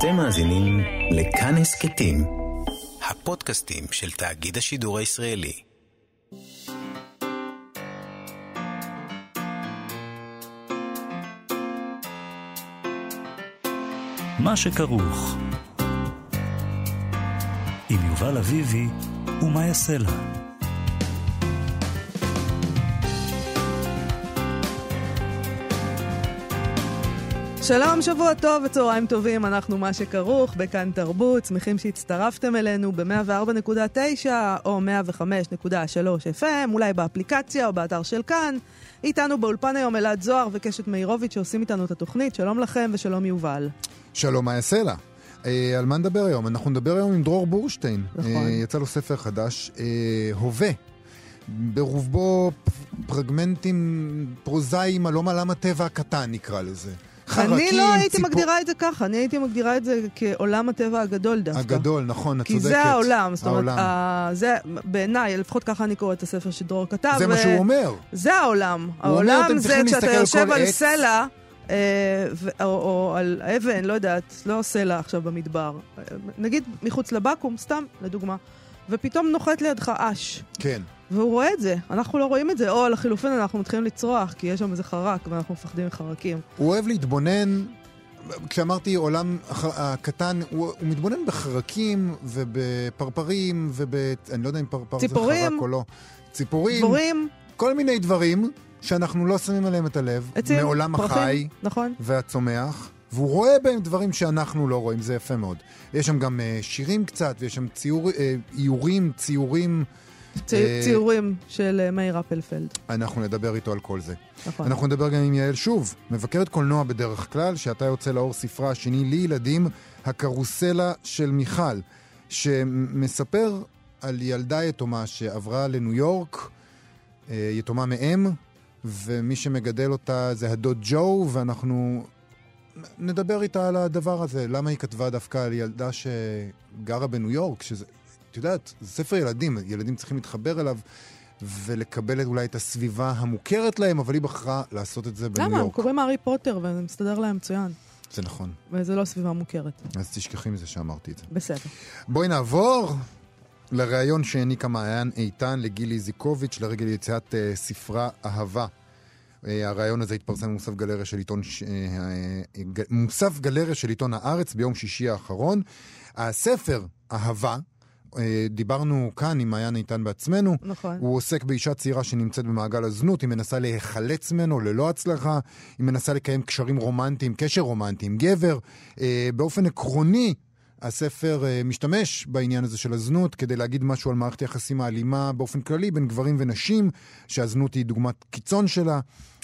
אתם מאזינים לכאן הסכתים, הפודקאסטים של תאגיד השידור הישראלי. מה שכרוך עם יובל אביבי ומה יעשה לה. שלום, שבוע טוב וצהריים טובים, אנחנו מה שכרוך בכאן תרבות, שמחים שהצטרפתם אלינו ב-104.9 או 105.3 FM, אולי באפליקציה או באתר של כאן. איתנו באולפן היום אלעד זוהר וקשת מאירוביץ' שעושים איתנו את התוכנית. שלום לכם ושלום יובל. שלום, מה יעשה לה? על מה נדבר היום? אנחנו נדבר היום עם דרור בורשטיין. נכון. יצא לו ספר חדש, הווה. ברובו פרגמנטים פרוזאיים על עולם הטבע הקטן נקרא לזה. אני לא הייתי מגדירה את זה ככה, אני הייתי מגדירה את זה כעולם הטבע הגדול דווקא. הגדול, נכון, את צודקת. כי זה העולם, זאת אומרת, זה בעיניי, לפחות ככה אני קורא את הספר שדרור כתב. זה מה שהוא אומר. זה העולם. העולם זה כשאתה יושב על סלע, או על אבן, לא יודעת, לא סלע עכשיו במדבר. נגיד מחוץ לבקום, סתם, לדוגמה. ופתאום נוחת לידך אש. כן. והוא רואה את זה, אנחנו לא רואים את זה, או לחילופין אנחנו מתחילים לצרוח, כי יש שם איזה חרק, ואנחנו מפחדים מחרקים. הוא אוהב להתבונן, כשאמרתי עולם הקטן, הוא מתבונן בחרקים ובפרפרים, אני לא יודע אם פרפר זה חרק או לא. ציפורים, דבורים. כל מיני דברים שאנחנו לא שמים עליהם את הלב, עצים, מעולם פרחים, החי נכון. והצומח. והוא רואה בהם דברים שאנחנו לא רואים, זה יפה מאוד. יש שם גם שירים קצת, ויש שם איורים, ציורים, ציורים של מאיר אפלפלד. אנחנו נדבר איתו על כל זה. נכון. אנחנו נדבר גם עם יעל שוב, מבקרת קולנוע בדרך כלל, שאתה יוצא לאור ספרה השני לילדים, הקרוסלה של מיכל, שמספר על ילדה יתומה שעברה לניו יורק, יתומה מאם, ומי שמגדל אותה זה הדוד ג'ו, ואנחנו נדבר איתה על הדבר הזה. למה היא כתבה דווקא על ילדה שגרה בניו יורק, שזה את יודעת, זה ספר ילדים, ילדים צריכים להתחבר אליו ולקבל אולי את הסביבה המוכרת להם, אבל היא בחרה לעשות את זה בניו יורק. למה? הם קוראים הארי פוטר וזה מסתדר להם מצוין. זה נכון. וזה לא סביבה מוכרת. אז תשכחי מזה שאמרתי את זה. בסדר. בואי נעבור לראיון שהעניקה מעיין איתן לגילי זיקוביץ' לרגל יציאת ספרה אהבה. הראיון הזה התפרסם מוסף גלריה של עיתון הארץ ביום שישי האחרון. הספר אהבה, דיברנו כאן עם מעיין איתן בעצמנו. נכון. הוא עוסק באישה צעירה שנמצאת במעגל הזנות, היא מנסה להיחלץ ממנו ללא הצלחה, היא מנסה לקיים קשרים רומנטיים, קשר רומנטי עם גבר. באופן עקרוני, הספר משתמש בעניין הזה של הזנות כדי להגיד משהו על מערכת היחסים האלימה באופן כללי בין גברים ונשים, שהזנות היא דוגמת קיצון שלה.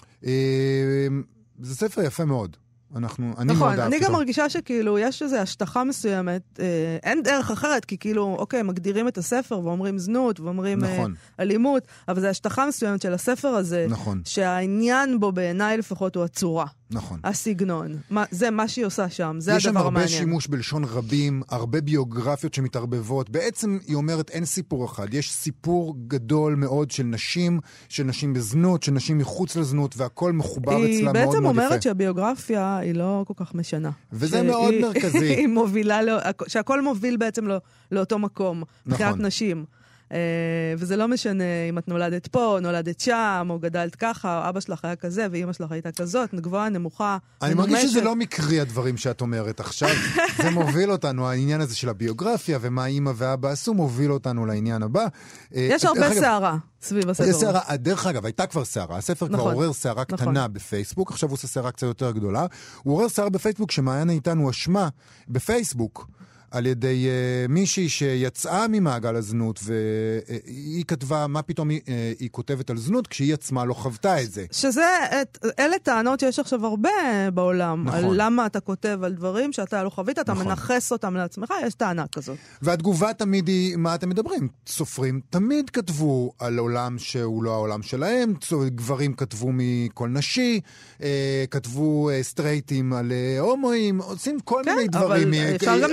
זה ספר יפה מאוד. נכון, אני גם מרגישה שכאילו יש איזו השטחה מסוימת, אין דרך אחרת, כי כאילו, אוקיי, מגדירים את הספר ואומרים זנות ואומרים אלימות, אבל זה השטחה מסוימת של הספר הזה, שהעניין בו בעיניי לפחות הוא הצורה. נכון. הסגנון. זה מה שהיא עושה שם, זה הדבר המעניין. יש שם הרבה שימוש בלשון רבים, הרבה ביוגרפיות שמתערבבות. בעצם היא אומרת אין סיפור אחד, יש סיפור גדול מאוד של נשים בזנות, של נשים מחוץ לזנות, והכל מחובר אצלה מאוד מאוד יפה. היא בעצם אומרת שהביוגרפיה היא לא כל כך משנה. וזה מאוד מרכזי. היא מובילה, שהכל מוביל בעצם לאותו מקום, בחיית נשים. וזה לא משנה אם את נולדת פה, נולדת שם, או גדלת ככה, או אבא שלך היה כזה, ואמא שלך הייתה כזאת, גבוהה, נמוכה. אני מרגיש שזה לא מקרי הדברים שאת אומרת עכשיו. זה מוביל אותנו, העניין הזה של הביוגרפיה, ומה אמא ואבא עשו, מוביל אותנו לעניין הבא. יש הרבה שערה סביב הספר. דרך אגב, הייתה כבר שערה. הספר כבר עורר שערה קטנה בפייסבוק, עכשיו הוא עושה שערה קצת יותר גדולה. הוא עורר שערה בפייסבוק שמעיין איתנו אשמה בפייסבוק, על ידי מישהי שיצאה ממעגל הזנות, והיא כתבה, מה פתאום היא כותבת על זנות, כשהיא עצמה לא חוותה את זה. אלה טענות שיש עכשיו הרבה בעולם, נכון. על למה אתה כותב על דברים שאתה לא חווית, אתה נכון. מנחס אותם לעצמך, יש טענה כזאת. והתגובה תמיד היא, מה אתם מדברים? סופרים תמיד כתבו על עולם שהוא לא העולם שלהם, גברים כתבו מכל נשי, כתבו סטרייטים על הומואים, עושים כל מיני דברים. אפשר גם להתלונן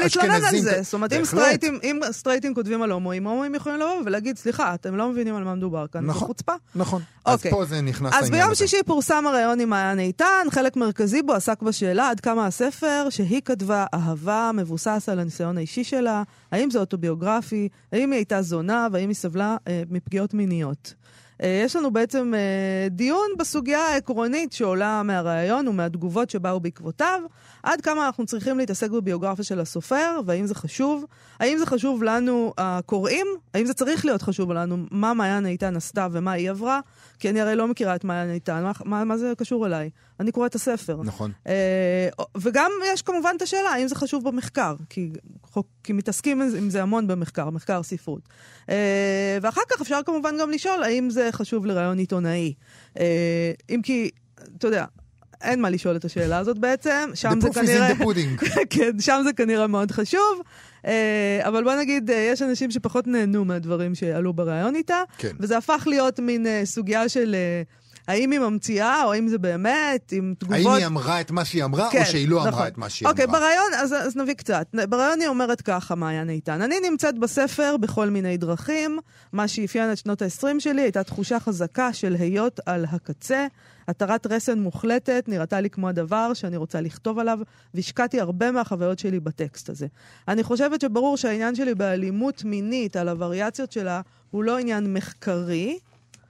על זה. זאת אומרת, אם סטרייטים כותבים על הומואים, הומואים יכולים לבוא ולהגיד, סליחה, אתם לא מבינים על מה מדובר כאן. נכון, חוצפה. נכון. אז פה זה נכנס לעניין. אז ביום שישי פורסם הראיון עם מעיין איתן, חלק מרכזי בו עסק בשאלה עד כמה הספר שהיא כתבה אהבה מבוסס על הניסיון האישי שלה, האם זה אוטוביוגרפי, האם היא הייתה זונה, והאם היא סבלה מפגיעות מיניות. יש לנו בעצם דיון בסוגיה העקרונית שעולה מהרעיון ומהתגובות שבאו בעקבותיו, עד כמה אנחנו צריכים להתעסק בביוגרפיה של הסופר, והאם זה חשוב, האם זה חשוב לנו הקוראים, האם זה צריך להיות חשוב לנו, מה מעיין איתן עשתה ומה היא עברה, כי אני הרי לא מכירה את מעיין איתן, מה זה קשור אליי? אני קורא את הספר. נכון. וגם יש כמובן את השאלה, האם זה חשוב במחקר, כי מתעסקים עם זה המון במחקר, מחקר ספרות. ואחר כך אפשר כמובן גם לשאול, האם זה חשוב לרעיון עיתונאי. אם כי, אתה יודע, אין מה לשאול את השאלה הזאת בעצם. The proof is in the pudding. כן, שם זה כנראה מאוד חשוב. אבל בוא נגיד, יש אנשים שפחות נהנו מהדברים שעלו ברעיון איתה, כן. וזה הפך להיות מין סוגיה של האם היא ממציאה, או האם זה באמת, עם תגובות... האם היא אמרה את מה שהיא אמרה, כן, או שהיא לא נכון. אמרה את מה שהיא אוקיי, אמרה. ברעיון, אז נביא קצת. ברעיון היא אומרת ככה, מעיין איתן. אני נמצאת בספר בכל מיני דרכים. מה שאפיין את שנות ה-20 שלי הייתה תחושה חזקה של היות על הקצה. התרת רסן מוחלטת, נראתה לי כמו הדבר שאני רוצה לכתוב עליו, והשקעתי הרבה מהחוויות שלי בטקסט הזה. אני חושבת שברור שהעניין שלי באלימות מינית, על הווריאציות שלה, הוא לא עניין מחקרי.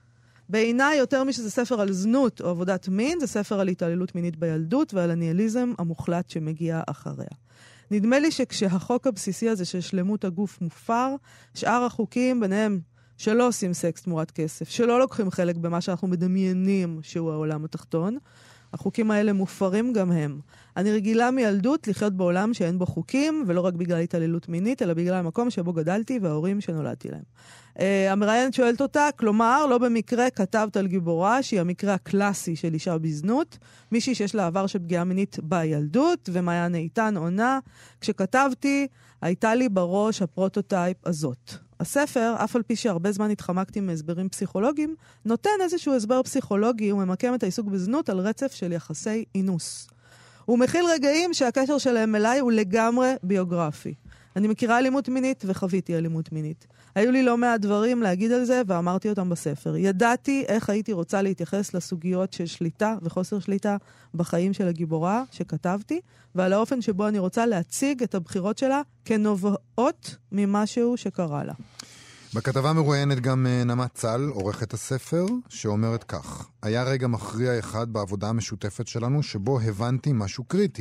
בעיניי, יותר משזה ספר על זנות או עבודת מין, זה ספר על התעללות מינית בילדות ועל הניהיליזם המוחלט שמגיע אחריה. נדמה לי שכשהחוק הבסיסי הזה של שלמות הגוף מופר, שאר החוקים, ביניהם שלא עושים סקס תמורת כסף, שלא לוקחים חלק במה שאנחנו מדמיינים שהוא העולם התחתון, החוקים האלה מופרים גם הם. אני רגילה מילדות לחיות בעולם שאין בו חוקים, ולא רק בגלל התעללות מינית, אלא בגלל המקום שבו גדלתי וההורים שנולדתי להם. המראיינת שואלת אותה, כלומר, לא במקרה כתבת על גיבורה, שהיא המקרה הקלאסי של אישה בזנות, מישהי שיש לה עבר של פגיעה מינית בילדות, ומעיין איתן עונה, כשכתבתי, הייתה לי בראש הפרוטוטייפ הזאת. הספר, אף על פי שהרבה זמן התחמקתי מהסברים פסיכולוגיים, נותן איזשהו הסבר פסיכולוגי וממקם את העיסוק בזנות על רצף של יחסי אינוס. הוא מכיל רגעים שהקשר שלהם אליי הוא לגמרי ביוגרפי. אני מכירה אלימות מינית וחוויתי אלימות מינית. היו לי לא מעט דברים להגיד על זה ואמרתי אותם בספר. ידעתי איך הייתי רוצה להתייחס לסוגיות של שליטה וחוסר שליטה בחיים של הגיבורה שכתבתי, ועל האופן שבו אני רוצה להציג את הבחירות שלה כנובעות ממשהו שקרה לה. בכתבה מרואיינת גם נעמת צל, עורכת הספר, שאומרת כך: היה רגע מכריע אחד בעבודה המשותפת שלנו שבו הבנתי משהו קריטי.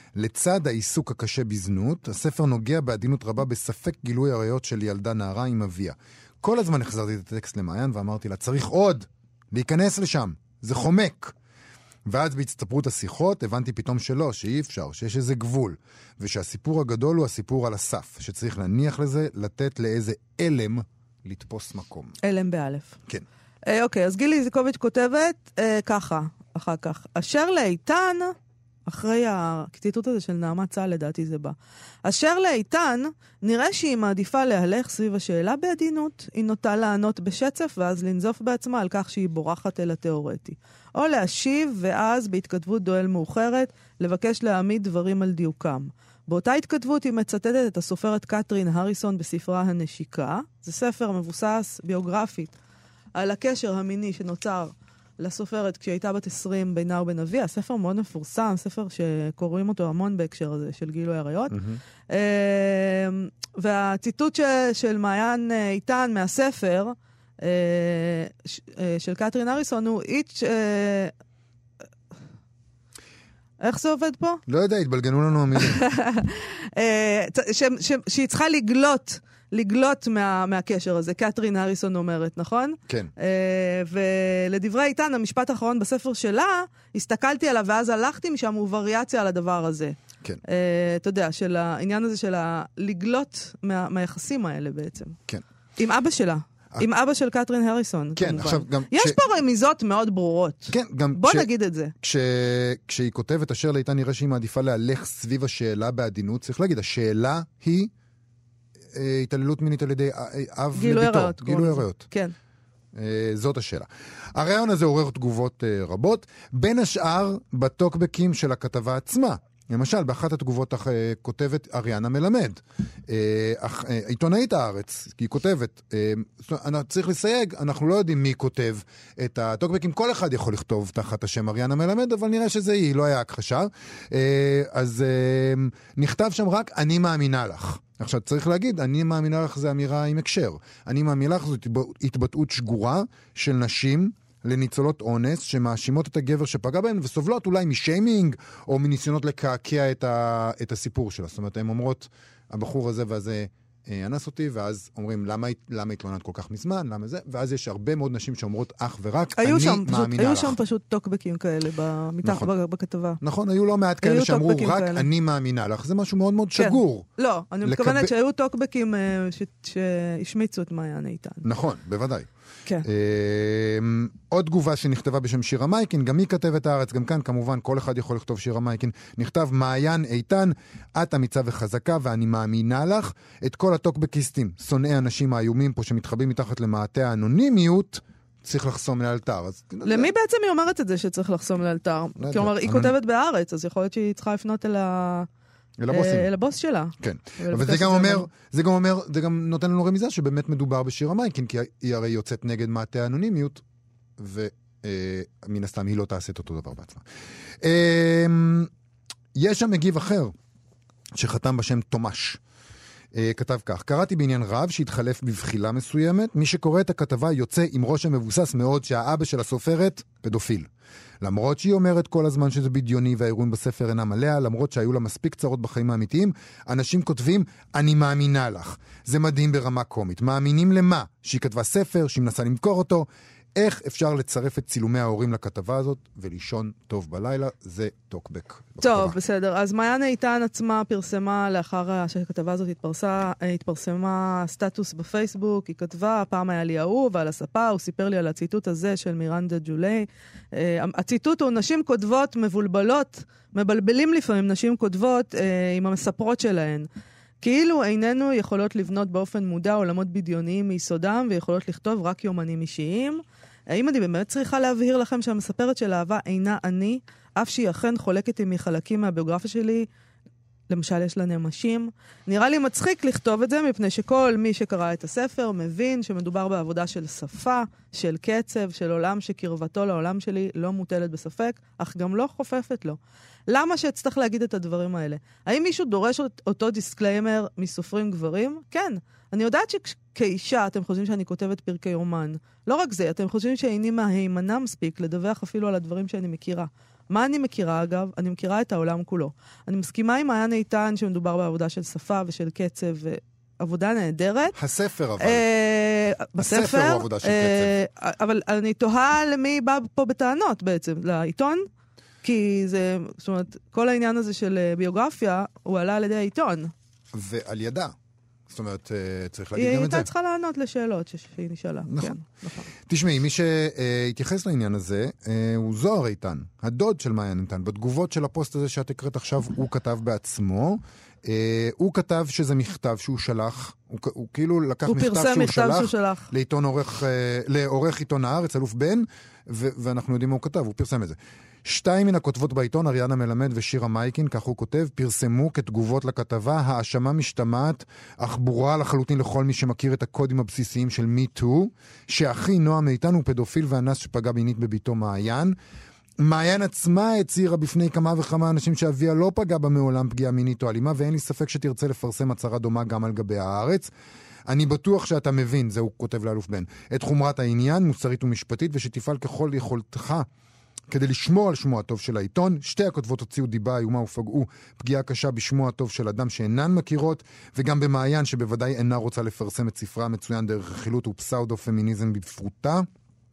לצד העיסוק הקשה בזנות, הספר נוגע בעדינות רבה בספק גילוי עריות של ילדה נערה עם אביה. כל הזמן החזרתי את הטקסט למעיין ואמרתי לה, צריך עוד, להיכנס לשם, זה חומק. ואז בהצטפרות השיחות הבנתי פתאום שלא, שאי אפשר, שיש איזה גבול, ושהסיפור הגדול הוא הסיפור על הסף, שצריך להניח לזה, לתת לאיזה אלם לתפוס מקום. אלם באלף. כן. אוקיי, אז גילי זיקוביץ' כותבת ככה, אחר כך. אשר לאיתן, אחרי הציטוט הזה של נעמת צל, לדעתי זה בא. אשר לאיתן, נראה שהיא מעדיפה להלך סביב השאלה בעדינות, היא נוטה לענות בשצף ואז לנזוף בעצמה על כך שהיא בורחת אל התיאורטי. או להשיב ואז בהתכתבות דואל מאוחרת, לבקש להעמיד דברים על דיוקם. באותה התכתבות היא מצטטת את הסופרת קטרין הריסון בספרה הנשיקה. זה ספר מבוסס ביוגרפית על הקשר המיני שנוצר לסופרת כשהייתה בת 20 בינה ובין אביה. הספר מאוד מפורסם, ספר שקוראים אותו המון בהקשר הזה של גילוי עריות. והציטוט של מעיין איתן מהספר של קטרין הריסון הוא איך זה עובד פה? לא יודע, התבלגנו לנו המילים. שהיא צריכה לגלות מהקשר הזה, קטרין הריסון אומרת, נכון? כן. ולדברי איתן, המשפט האחרון בספר שלה, הסתכלתי עליו ואז הלכתי משם וריאציה על הדבר הזה. כן. אתה יודע, של העניין הזה של לגלות מהיחסים האלה בעצם. כן. עם אבא שלה. עם אבא של קטרין הריסון. כן, כמובן. עכשיו גם... יש פה רמיזות מאוד ברורות. כן, גם... בוא נגיד את זה. כשהיא כותבת, אשר לאיתן נראה שהיא מעדיפה להלך סביב השאלה בעדינות, צריך להגיד, השאלה היא התעללות מינית על ידי אב לביתו. גילוי עריות. כן. זאת השאלה. הרעיון הזה עורר תגובות רבות, בין השאר בטוקבקים של הכתבה עצמה. למשל, באחת התגובות כותבת אריאנה מלמד, עיתונאית הארץ, כי היא כותבת, צריך לסייג, אנחנו לא יודעים מי כותב את הטוקבקים, כל אחד יכול לכתוב תחת השם אריאנה מלמד, אבל נראה שזה היא, לא היה הכחשה. אז נכתב שם רק, אני מאמינה לך. עכשיו, צריך להגיד, אני מאמינה לך זה אמירה עם הקשר. אני מאמינה לך זו התבטאות שגורה של נשים לניצולות אונס, שמאשימות את הגבר שפגע בהן, וסובלות אולי משיימינג, או מניסיונות לקעקע את הסיפור שלה. זאת אומרת, הן אומרות, הבחור הזה והזה אנס אותי, ואז אומרים, למה התלוננת כל כך מזמן? למה זה? ואז יש הרבה מאוד נשים שאומרות, אך ורק, אני מאמינה לך. היו שם פשוט טוקבקים כאלה בכתבה. נכון, היו לא מעט כאלה שאמרו, רק אני מאמינה לך. זה משהו מאוד מאוד שגור. לא, אני מתכוונת שהיו טוקבקים שהשמיצו את מעיין איתן. נכון, בוודאי. כן. עוד תגובה שנכתבה בשם שירה מייקין, גם היא כתבת הארץ, גם כאן כמובן כל אחד יכול לכתוב שירה מייקין, נכתב מעיין איתן, את אמיצה וחזקה ואני מאמינה לך, את כל הטוקבקיסטים, שונאי אנשים האיומים פה שמתחבאים מתחת למעטה האנונימיות, צריך לחסום לאלתר. למי בעצם היא אומרת את זה שצריך לחסום לאלתר? כלומר, היא כותבת בארץ, אז יכול להיות שהיא צריכה לפנות אל הבוס שלה. כן. אבל זה גם נותן לנו רמיזה שבאמת מדובר בשירה מייקין, כי היא הרי יוצאת נגד מעטה האנונימיות, ומן הסתם היא לא תעשה את אותו דבר בעצמה. יש שם מגיב אחר, שחתם בשם תומש. כתב כך, קראתי בעניין רב שהתחלף בבחילה מסוימת, מי שקורא את הכתבה יוצא עם ראש המבוסס מאוד שהאבא של הסופרת פדופיל. למרות שהיא אומרת כל הזמן שזה בדיוני והאירועים בספר אינם עליה, למרות שהיו לה מספיק צרות בחיים האמיתיים, אנשים כותבים, אני מאמינה לך. זה מדהים ברמה קומית. מאמינים למה? שהיא כתבה ספר, שהיא מנסה למכור אותו. איך אפשר לצרף את צילומי ההורים לכתבה הזאת ולישון טוב בלילה? זה טוקבק. טוב, בסדר. אז מעיין איתן עצמה פרסמה, לאחר שהכתבה הזאת התפרסמה סטטוס בפייסבוק, היא כתבה, פעם היה לי אהוב על הספה, הוא סיפר לי על הציטוט הזה של מירנדה ג'ולי. הציטוט הוא, נשים כותבות מבולבלות, מבלבלים לפעמים נשים כותבות עם המספרות שלהן. כאילו איננו יכולות לבנות באופן מודע עולמות בדיוניים מיסודם, ויכולות לכתוב רק יומנים אישיים. האם אני באמת צריכה להבהיר לכם שהמספרת של אהבה אינה אני, אף שהיא אכן חולקת עם חלקים מהביוגרפיה שלי, למשל יש לה נמשים. נראה לי מצחיק לכתוב את זה, מפני שכל מי שקרא את הספר מבין שמדובר בעבודה של שפה, של קצב, של עולם שקרבתו לעולם שלי לא מוטלת בספק, אך גם לא חופפת לו. למה שצריך להגיד את הדברים האלה? האם מישהו דורש אותו דיסקליימר מסופרים גברים? כן. אני יודעת שכאישה אתם חושבים שאני כותבת פרקי רומן. לא רק זה, אתם חושבים שאיני מהימנה מספיק לדווח אפילו על הדברים שאני מכירה. מה אני מכירה אגב? אני מכירה את העולם כולו. אני מסכימה עם מעיין איתן שמדובר בעבודה של שפה ושל קצב ועבודה נהדרת. הספר אבל. בספר הוא עבודה של קצב. אבל אני תוהה למי בא פה בטענות בעצם, לעיתון? כי זה, זאת אומרת, כל העניין הזה של ביוגרפיה הוא עלה על ידי העיתון. ועל ידה. זאת אומרת, צריך להגיד גם את זה. היא הייתה צריכה לענות לשאלות שהיא נשאלה. נכון. כן, נכון. תשמעי, מי שהתייחס לעניין הזה הוא זוהר איתן, הדוד של מעיין איתן. בתגובות של הפוסט הזה שאת הקראת עכשיו, הוא כתב בעצמו. הוא כתב שזה מכתב שהוא שלח, הוא כאילו לקח מכתב שהוא שלח לעורך עיתון הארץ, אלוף בן, ואנחנו יודעים מה הוא כתב, הוא פרסם את זה. 2 מן הכותבות בעיתון, אריאנה מלמד ושירה מייקין, כך הוא כותב, פרסמו כתגובות לכתבה, האשמה משתמעת, אך ברורה לחלוטין לכל מי שמכיר את הקודים הבסיסיים של Me Too, שאחי נועם איתן הוא פדופיל ואנס שפגע מינית בביתו מעיין. מעיין עצמה הצהירה בפני כמה וכמה אנשים שאביה לא פגע בה מעולם פגיעה מינית או אלימה, ואין לי ספק שתרצה לפרסם הצהרה דומה גם על גבי הארץ. אני בטוח שאתה מבין, זה הוא כותב לאלוף בן, את חומרת העניין, מוסרית ומשפטית, ושתפעל ככל יכולתך כדי לשמור על שמו הטוב של העיתון. 2 הכותבות הוציאו דיבה איומה ופגעו פגיעה קשה בשמו הטוב של אדם שאינן מכירות, וגם במעיין שבוודאי אינה רוצה לפרסם את ספרה המצוין דרך רכילות ופסאודו-פמיניזם בפרוטה.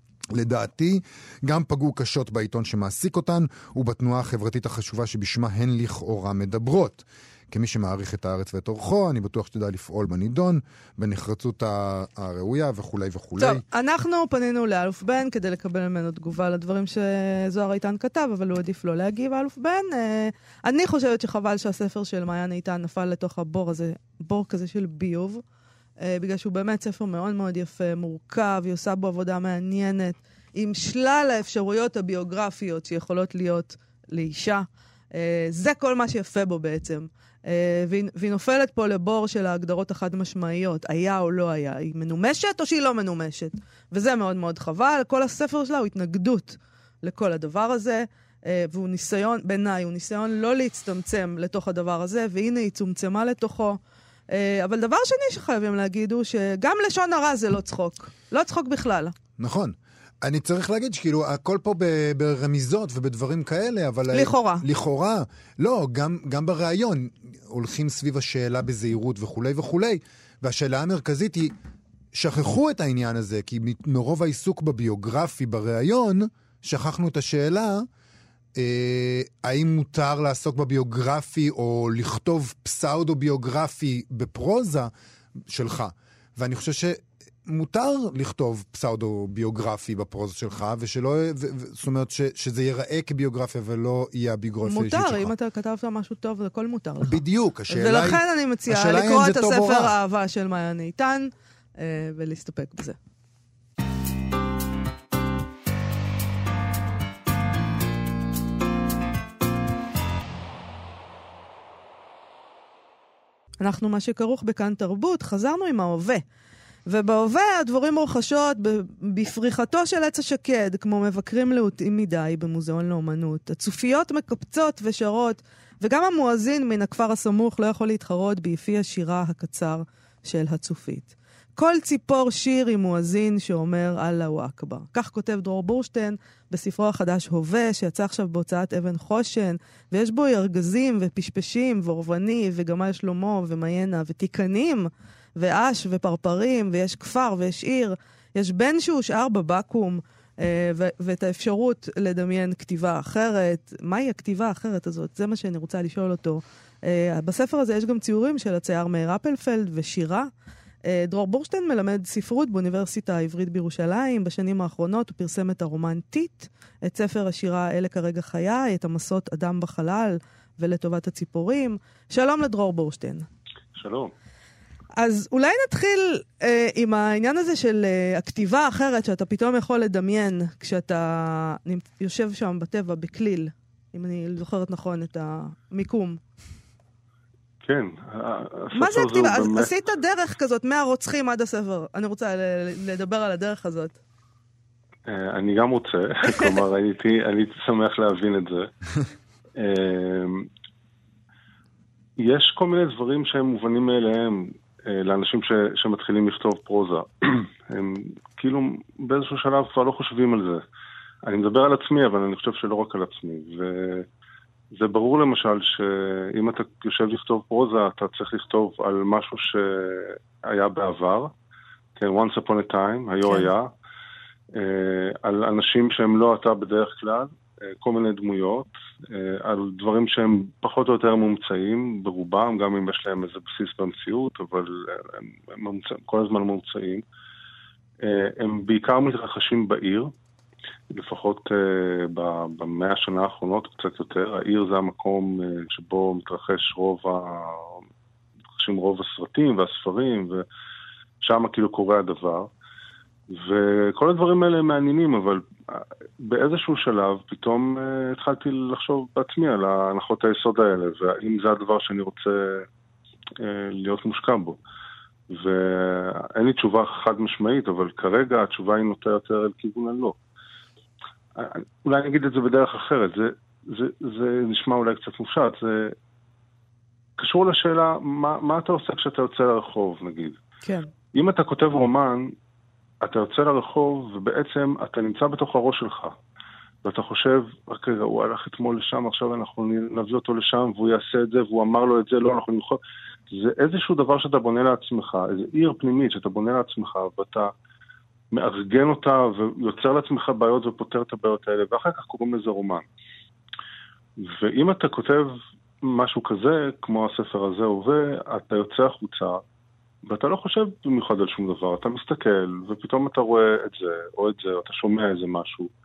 לדעתי, גם פגעו קשות בעיתון שמעסיק אותן, ובתנועה החברתית החשובה שבשמה הן לכאורה מדברות. כמי שמעריך את הארץ ואת אורחו, אני בטוח שתדע לפעול בנידון, בנחרצות הראויה וכו' וכו'. טוב, אנחנו פנינו לאלוף בן כדי לקבל ממנו תגובה לדברים שזוהר איתן כתב, אבל הוא עדיף לא להגיב, אלוף בן. אני חושבת שחבל שהספר של מעיין איתן נפל לתוך הבור הזה, בור כזה של ביוב, בגלל שהוא באמת ספר מאוד מאוד יפה, מורכב, היא עושה בו עבודה מעניינת, עם שלל האפשרויות הביוגרפיות שיכולות להיות לאישה, זה כל מה שיפה בו בעצם. והיא נופלת פה לבור של ההגדרות החד משמעיות, היה או לא היה, היא מנומשת או שהיא לא מנומשת. וזה מאוד מאוד חבל, כל הספר שלה הוא התנגדות לכל הדבר הזה, והוא ניסיון, בעיניי, הוא ניסיון לא להצטמצם לתוך הדבר הזה, והנה היא צומצמה לתוכו. אבל דבר שני שחייבים להגיד הוא שגם לשון הרע זה לא צחוק. לא צחוק בכלל. נכון. אני צריך להגיד שכאילו, הכל פה ברמיזות ובדברים כאלה, אבל... לכאורה. לכאורה. לא, גם ברעיון הולכים סביב השאלה בזהירות וכולי וכולי, והשאלה המרכזית היא, שכחו את העניין הזה, כי מרוב העיסוק בביוגרפי, ברעיון, שכחנו את השאלה, האם מותר לעסוק בביוגרפי או לכתוב פסאודו-ביוגרפי בפרוזה שלך. ואני חושב שמותר לכתוב פסאודו-ביוגרפי בפרוזה שלך, זאת אומרת שזה ייראה כביוגרפיה ולא יהיה הביוגרפיה אישית שלך. מותר, אם אתה כתבת משהו טוב, זה הכל מותר לך. בדיוק, השאלה היא... ולכן אני מציעה לקרוא את הספר האהבה של מעיין איתן, ולהסתפק בזה. אנחנו מה שכרוך בכאן תרבות, חזרנו עם ההווה. ובהווה הדבורים רוכשות בפריחתו של עץ השקד, כמו מבקרים להוטים מדי במוזיאון לאומנות. הצופיות מקפצות ושרות, וגם המואזין מן הכפר הסמוך לא יכול להתחרות ביפי השירה הקצר של הצופית. כל ציפור שיר עם מואזין שאומר אללהו אכבר. כך כותב דרור בורשטיין בספרו החדש הווה, שיצא עכשיו בהוצאת אבן חושן, ויש בו ארגזים ופשפשים ואורבני וגמל שלמה ומיינה ותיקנים ואש ופרפרים, ויש כפר ויש עיר. יש בן שהוא שער בבקום, ואת האפשרות לדמיין כתיבה אחרת. מהי הכתיבה האחרת הזאת? זה מה שאני רוצה לשאול אותו. בספר הזה יש גם ציורים של הצייר מאיר אפלפלד ושירה. דרור בורשטיין מלמד ספרות באוניברסיטה העברית בירושלים. בשנים האחרונות הוא פרסם את הרומן טיט, את ספר השירה אלה כרגע חיי, את המסות אדם בחלל ולטובת הציפורים. שלום לדרור בורשטיין. שלום. אז אולי נתחיל עם העניין הזה של הכתיבה האחרת שאתה פתאום יכול לדמיין כשאתה יושב שם בטבע בכליל, אם אני זוכרת נכון את המיקום. כן. מה זה הכתיבה? באמת... עשית דרך כזאת מהרוצחים עד הספר. אני רוצה לדבר על הדרך הזאת. אני גם רוצה, כלומר הייתי שמח להבין את זה. יש כל מיני דברים שהם מובנים מאליהם לאנשים שמתחילים לכתוב פרוזה. הם כאילו באיזשהו שלב כבר לא חושבים על זה. אני מדבר על עצמי, אבל אני חושב שלא רק על עצמי. וזה ברור למשל שאם אתה יושב לכתוב פרוזה, אתה צריך לכתוב על משהו שהיה בעבר. כן, once upon a time, היו היה. על אנשים שהם לא אתה בדרך כלל. כל מיני דמויות, על דברים שהם פחות או יותר מומצאים ברובם, גם אם יש להם איזה בסיס במציאות, אבל הם כל הזמן מומצאים. הם בעיקר מתרחשים בעיר, לפחות במאה השנה האחרונות, קצת יותר. העיר זה המקום שבו מתרחשים רוב הסרטים והספרים, ושם כאילו קורה הדבר. וכל הדברים האלה הם מעניינים, אבל באיזשהו שלב פתאום התחלתי לחשוב בעצמי על ההנחות היסוד האלה, והאם זה הדבר שאני רוצה להיות מושקע בו. ואין לי תשובה חד משמעית, אבל כרגע התשובה היא נוטה יותר אל כיוון הלא. אולי אני אגיד את זה בדרך אחרת, זה נשמע אולי קצת מופשט, זה קשור לשאלה, מה אתה עושה כשאתה יוצא לרחוב, נגיד? כן. אם אתה כותב רומן, אתה יוצא לרחוב, ובעצם אתה נמצא בתוך הראש שלך. ואתה חושב, רק רגע, הוא הלך אתמול לשם, עכשיו אנחנו נביא אותו לשם, והוא יעשה את זה, והוא אמר לו את זה, לא, אנחנו נוכל... זה איזשהו דבר שאתה בונה לעצמך, איזו עיר פנימית שאתה בונה לעצמך, ואתה מארגן אותה, ויוצר לעצמך בעיות ופותר את הבעיות האלה, ואחר כך קוראים לזה רומן. ואם אתה כותב משהו כזה, כמו הספר הזה הווה, אתה יוצא החוצה, ואתה לא חושב במיוחד על שום דבר, אתה מסתכל, ופתאום אתה רואה את זה, או את זה, או אתה שומע איזה משהו,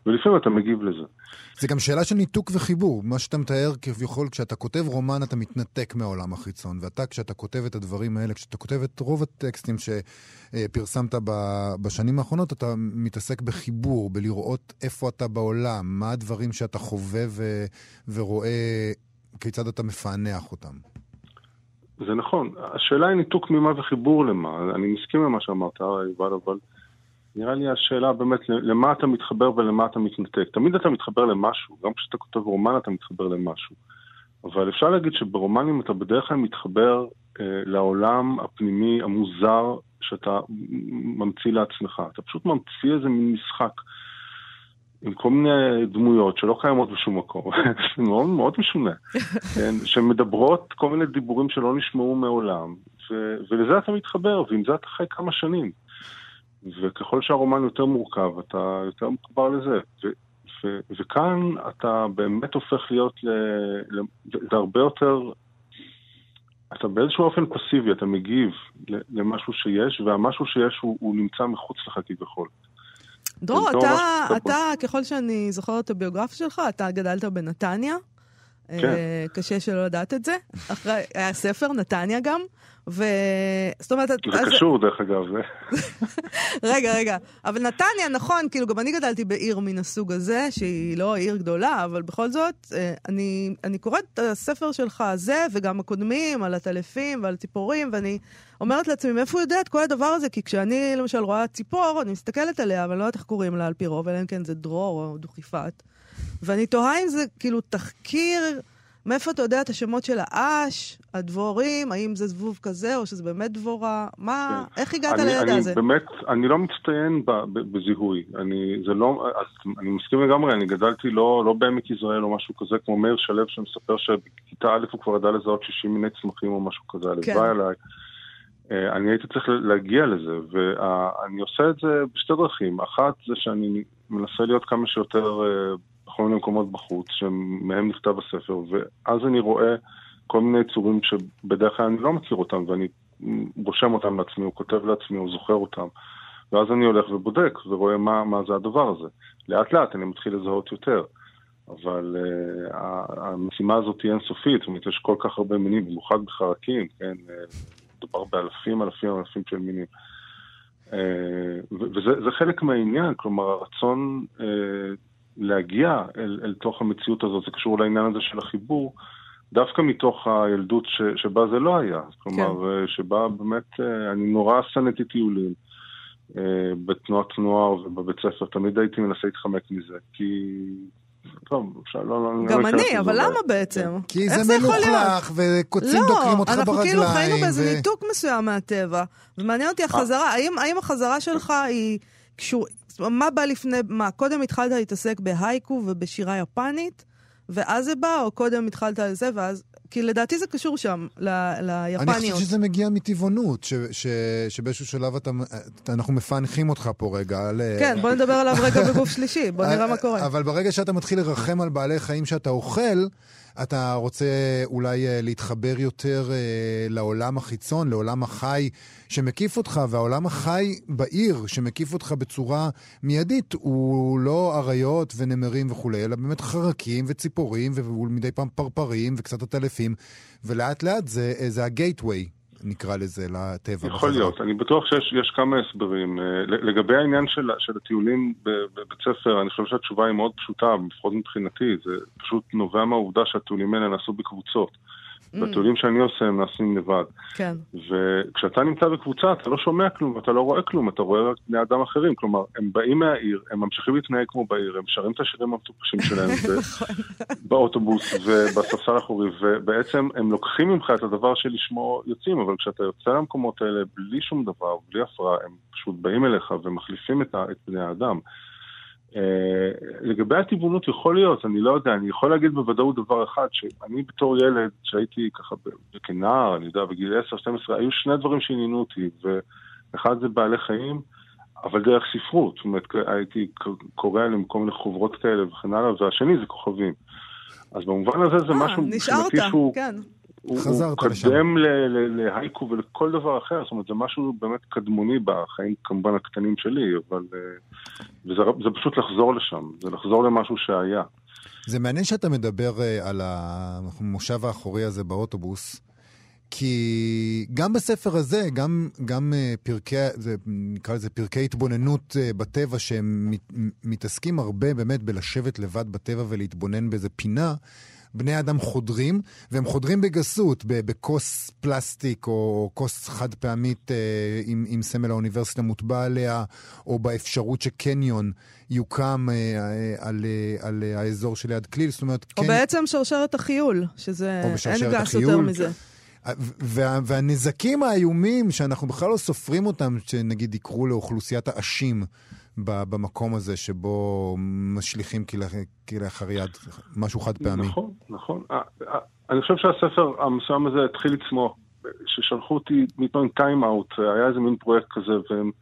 ולפעמים אתה מגיב לזה. זה גם שאלה של ניתוק וחיבור. מה שאתה מתאר כביכול, כשאתה כותב רומן, אתה מתנתק מהעולם החיצון. ואתה, כשאתה כותב את הדברים האלה, כשאתה כותב את רוב הטקסטים שפרסמת בשנים האחרונות, אתה מתעסק בחיבור, בלראות איפה אתה בעולם, מה הדברים שאתה חווה ורואה, כיצד אתה מפענח אותם. זה נכון. השאלה היא ניתוק ממה וחיבור למה. אני מסכים למה שאמרת, יובל, אבל נראה לי השאלה באמת למה אתה מתחבר ולמה אתה מתנתק. תמיד אתה מתחבר למשהו, גם כשאתה כותב רומן אתה מתחבר למשהו. אבל אפשר להגיד שברומנים אתה בדרך כלל מתחבר לעולם הפנימי המוזר שאתה ממציא לעצמך. אתה פשוט ממציא איזה מין משחק עם כל מיני דמויות שלא קיימות בשום מקום. זה מאוד מאוד משונה. שמדברות כל מיני דיבורים שלא נשמעו מעולם. ולזה אתה מתחבר, ועם זה אתה חי כמה שנים. וככל שהרומן יותר מורכב, אתה יותר מחובר לזה. וכאן אתה באמת הופך להיות זה הרבה יותר, אתה באיזשהו אופן פסיבי, אתה מגיב למשהו שיש, והמשהו שיש הוא נמצא מחוץ לך כביכול. דרור, אתה, ככל שאני זוכרת את הביוגרפיה שלך, אתה גדלת בנתניה, קשה שלא לדעת את זה, היה ספר, נתניה גם, זאת אומרת... זה קשור דרך אגב, זה. רגע, אבל נתניה, נכון, כאילו גם אני גדלתי בעיר מן הסוג הזה, שהיא לא עיר גדולה, אבל בכל זאת, אני קוראת את הספר שלך הזה, וגם הקודמים, על הטלפים ועל ציפורים, ואני אומרת לעצמי, מאיפה הוא יודע את כל הדבר הזה? כי כשאני למשל רואה ציפור, אני מסתכלת עליה, אבל אני לא יודעת איך קוראים לה על פי רוב, אלא אם כן זה דרור או דוכיפת. ואני תוהה אם זה כאילו תחקיר, מאיפה אתה יודע את השמות של האש, הדבורים, האם זה זבוב כזה או שזה באמת דבורה, מה, איך הגעת לידע הזה? באמת, אני לא מצטיין בזיהוי, אני מסכים לגמרי, אני גדלתי לא בעמק יזרעאל או משהו כזה, כמו מאיר שלו שמספר שבכיתה א' הוא כבר ידע לזהות 60 מיני צמחים או משהו כזה, לבא אליי. אני הייתי צריך להגיע לזה, ואני עושה את זה בשתי דרכים. אחת זה שאני מנסה להיות כמה שיותר בכל מיני מקומות בחוץ, שמהם נכתב הספר, ואז אני רואה כל מיני צורים שבדרך כלל אני לא מכיר אותם, ואני רושם אותם לעצמי, או כותב לעצמי, או זוכר אותם, ואז אני הולך ובודק, ורואה מה זה הדבר הזה. לאט לאט אני מתחיל לזהות יותר, אבל המשימה הזאת היא אינסופית, זאת אומרת, יש כל כך הרבה מינים, במיוחד בחרקים, כן, מדובר באלפים של מינים. וזה חלק מהעניין, כלומר, הרצון להגיע אל תוך המציאות הזאת, זה קשור לעניין הזה של החיבור, דווקא מתוך הילדות שבה זה לא היה. כלומר, שבה באמת, אני נורא סנתי טיולים בתנועת נוער ובבית ספר, תמיד הייתי מנסה להתחמק מזה, כי... גם אני, אבל למה בעצם? כי זה מלוכלך, וקוצים דוקרים אותך ברגליים. אנחנו כאילו חיינו באיזה ניתוק מסוים מהטבע, ומעניין אותי החזרה, האם החזרה שלך היא קשור... מה בא לפני, קודם התחלת להתעסק בהייקו ובשירה יפנית, ואז זה בא, או קודם התחלת על זה, ואז... כי לדעתי זה קשור שם, ליפניות. אני חושב שזה מגיע מטבעונות, שבאיזשהו שלב אנחנו מפענחים אותך פה רגע. כן, בוא נדבר עליו רגע בגוף שלישי, בוא נראה מה קורה. אבל ברגע שאתה מתחיל לרחם על בעלי חיים שאתה אוכל, אתה רוצה אולי להתחבר יותר לעולם החיצון, לעולם החי שמקיף אותך, והעולם החי בעיר שמקיף אותך בצורה מיידית, הוא לא אריות ונמרים וכו', אלא באמת חרקים וציפורים, ומדי פעם פרפרים וקצת הטלפים, ולאט לאט זה הגייטווי, נקרא לזה, לטבע. יכול להיות, אני בטוח שיש כמה הסברים. לגבי העניין של הטיולים בבית ספר, אני חושב שהתשובה היא מאוד פשוטה, לפחות מבחינתי, זה פשוט נובע מהעובדה שהטיולים האלה נעשו בקבוצות. והטיולים שאני עושה הם נעשים לבד. כן. וכשאתה נמצא בקבוצה, אתה לא שומע כלום, אתה לא רואה כלום, אתה רואה רק בני אדם אחרים. כלומר, הם באים מהעיר, הם ממשיכים להתנהג כמו בעיר, הם שרים את השירים המטופשים שלהם באוטובוס ובספסל האחורי, ובעצם הם לוקחים ממך את הדבר שלשמו יוצאים, אבל כשאתה יוצא למקומות האלה בלי שום דבר, בלי הפרעה, הם פשוט באים אליך ומחליפים את בני האדם. לגבי הטבעונות יכול להיות, אני לא יודע, אני יכול להגיד בוודאות דבר אחד, שאני בתור ילד שהייתי ככה כנער, אני יודע, בגיל 10-12, היו שני דברים שעניינו אותי, ואחד זה בעלי חיים, אבל דרך ספרות, זאת אומרת, הייתי קורא עליהם כל מיני חוברות כאלה וכן הלאה, והשני זה כוכבים. אז במובן הזה זה משהו נשארת, שהוא... כן. הוא קדם להייקו ולכל דבר אחר, זאת אומרת, זה משהו באמת קדמוני בחיים, כמובן הקטנים שלי, אבל זה פשוט לחזור לשם, זה לחזור למשהו שהיה. זה מעניין שאתה מדבר על המושב האחורי הזה באוטובוס, כי גם בספר הזה, גם פרקי, נקרא לזה פרקי התבוננות בטבע, שהם מתעסקים הרבה באמת בלשבת לבד בטבע ולהתבונן באיזה פינה, בני אדם חודרים, והם חודרים בגסות, בכוס פלסטיק או כוס חד פעמית עם סמל האוניברסיטה מוטבע עליה, או באפשרות שקניון יוקם על האזור שליד כליל, זאת אומרת... או בעצם שרשרת החיול, שזה אין גס יותר מזה. והנזקים האיומים שאנחנו בכלל לא סופרים אותם, שנגיד יקרו לאוכלוסיית האשים במקום הזה שבו משליכים כלאחר יד, משהו חד פעמי. נכון, נכון. אני חושב שהספר המסוים הזה התחיל לצמוח, ששלחו אותי מפעמים טיים אאוט, היה איזה מין פרויקט כזה,